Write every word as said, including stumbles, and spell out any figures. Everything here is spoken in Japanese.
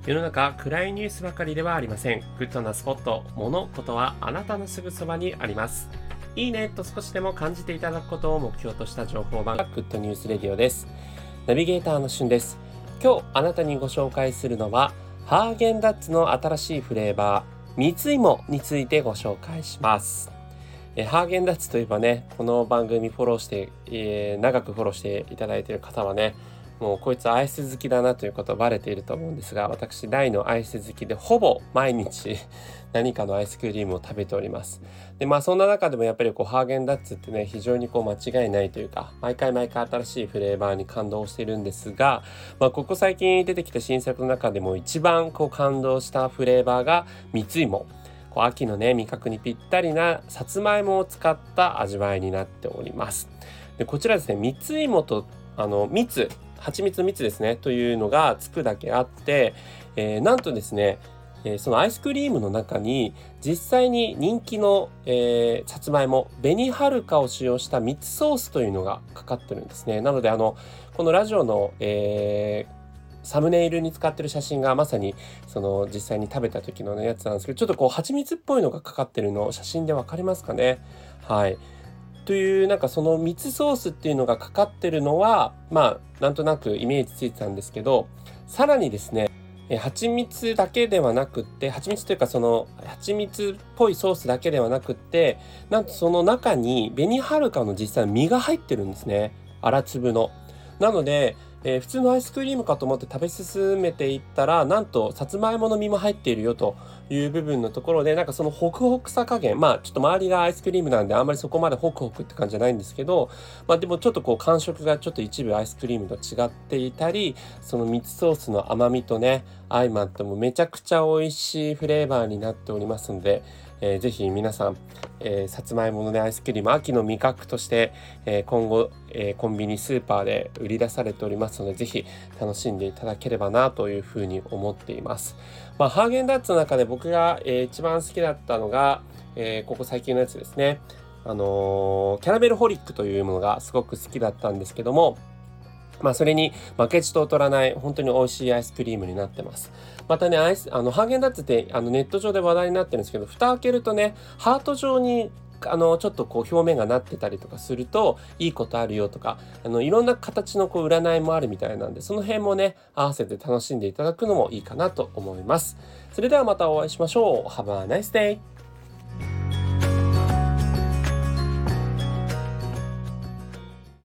世の中暗いニュースばかりではありません。グッドなスポット、物事はあなたのすぐそばにあります。いいねと少しでも感じていただくことを目標とした情報番組、グッドニュースレディオです。ナビゲーターのしゅんです。今日あなたにご紹介するのは、ハーゲンダッツの新しいフレーバー、蜜芋についてご紹介します。えハーゲンダッツといえばね、この番組フォローして、えー、長くフォローしていただいている方はね、もうこいつアイス好きだなということバレていると思うんですが、私大のアイス好きでほぼ毎日何かのアイスクリームを食べております。でまあそんな中でもやっぱりこうハーゲンダッツってね、非常にこう間違いないというか、毎回毎回新しいフレーバーに感動しているんですが、まあ、ここ最近出てきた新作の中でも一番こう感動したフレーバーが蜜芋。こう秋のね味覚にぴったりなさつまいもを使った味わいになっております。でこちらですね、蜜芋とあの蜜蜂蜜の蜜ですねというのがつくだけあって、えー、なんとですね、えー、そのアイスクリームの中に実際に人気の、えー、さつまいも紅はるかを使用した蜜ソースというのがかかってるんですね。なのであのこのラジオの、えーサムネイルに使ってる写真がまさにその実際に食べた時のやつなんですけど、ちょっとこう蜂蜜っぽいのがかかってるの写真でわかりますかね。はい。というなんかその蜜ソースっていうのがかかってるのはまあなんとなくイメージついてたんですけど、さらにですね、え蜂蜜だけではなくって蜂蜜というかその蜂蜜っぽいソースだけではなくって、なんとその中に紅はるかの実際の実が入ってるんですね。粗粒の。なので、えー普通のアイスクリームかと思って食べ進めていったら、なんとさつまいもの実も入っているよという部分のところで、なんかそのホクホクさ加減、まあちょっと周りがアイスクリームなんであんまりそこまでホクホクって感じじゃないんですけど、まあでもちょっとこう感触がちょっと一部アイスクリームと違っていたり、その蜜ソースの甘みとね相まってもめちゃくちゃ美味しいフレーバーになっておりますので、えー、ぜひ皆さん、えー、さつまいものねアイスクリーム秋の味覚として、えー、今後、えー、コンビニスーパーで売り出されておりますので、ぜひ楽しんでいただければなというふうに思っています。まあ、ハーゲンダッツの中で僕が、えー、一番好きだったのが、えー、ここ最近のやつですね。あのーキャラメルホリックというものがすごく好きだったんですけども、まあそれに負けじと劣らない本当に美味しいアイスクリームになってます。またね、アイス、あの、ハーゲンダッツってあのネット上で話題になってるんですけど、蓋開けるとね、ハート状にあのちょっとこう表面がなってたりとかするといいことあるよとか、あのいろんな形のこう占いもあるみたいなんで、その辺もね合わせて楽しんでいただくのもいいかなと思います。それではまたお会いしましょう。Have a nice day!